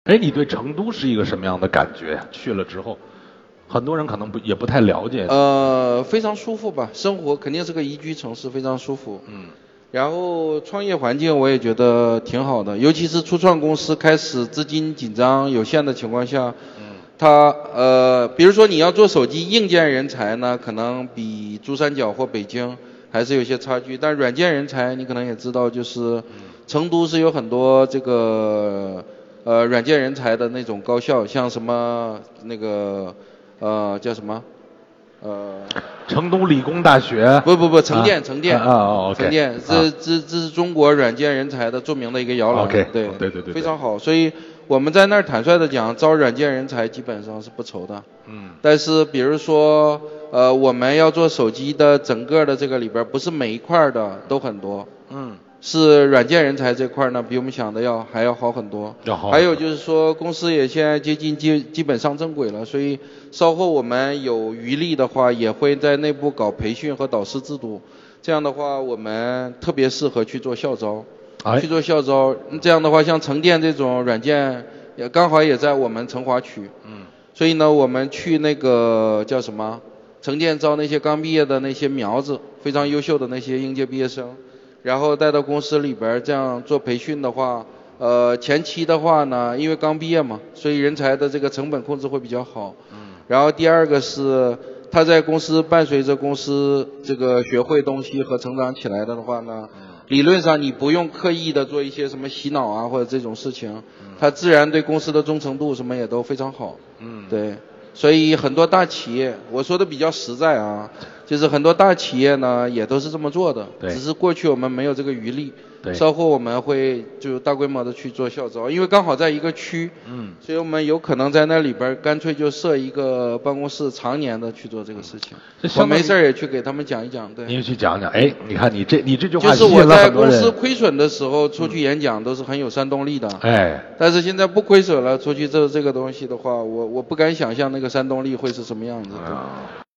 哎，你对成都是一个什么样的感觉呀？去了之后，很多人可能也不太了解。 非常舒服吧，生活肯定是个宜居城市，非常舒服。 嗯。 然后创业环境我也觉得挺好的，尤其是初创公司开始资金紧张有限的情况下，比如说你要做手机硬件人才呢，可能比珠三角或北京还是有些差距，但软件人才你可能也知道，就是成都是有很多这个软件人才的那种高校，像什么那个叫什么成都理工大学不，成电成电这是中国软件人才的著名的一个摇篮，对，非常好。所以我们在那儿坦率的讲，招软件人才基本上是不愁的。但是比如说我们要做手机的整个的这个里边，不是每一块的都很多。是软件人才这块呢，比我们想的还要好很多。还有就是说，公司也现在接近基本上正轨了，所以稍后我们有余力的话，也会在内部搞培训和导师制度。这样的话，我们特别适合去做校招。去做校招，这样的话，像成电这种软件，也刚好也在我们成华区。所以呢，我们去那个叫什么，成电招那些刚毕业的那些苗子，非常优秀的那些应届毕业生。然后带到公司里边这样做培训的话，前期的话呢，因为刚毕业嘛，所以人才的这个成本控制会比较好。然后第二个是他在公司伴随着公司这个学会东西和成长起来的话呢，理论上你不用刻意的做一些什么洗脑啊或者这种事情，他自然对公司的忠诚度什么也都非常好。对。所以很多大企业，我说的比较实在啊，就是很多大企业呢也都是这么做的，只是过去我们没有这个余力。稍后我们会就大规模的去做校招，因为刚好在一个区，所以我们有可能在那里边干脆就设一个办公室，常年的去做这个事情。我没事也去给他们讲一讲。对， 你去讲讲，哎，你看你这句话就是我在公司亏损的时候出去演讲都是很有煽动力的。但是现在不亏损了，出去这个东西的话，我不敢想象那个煽动力会是什么样子的。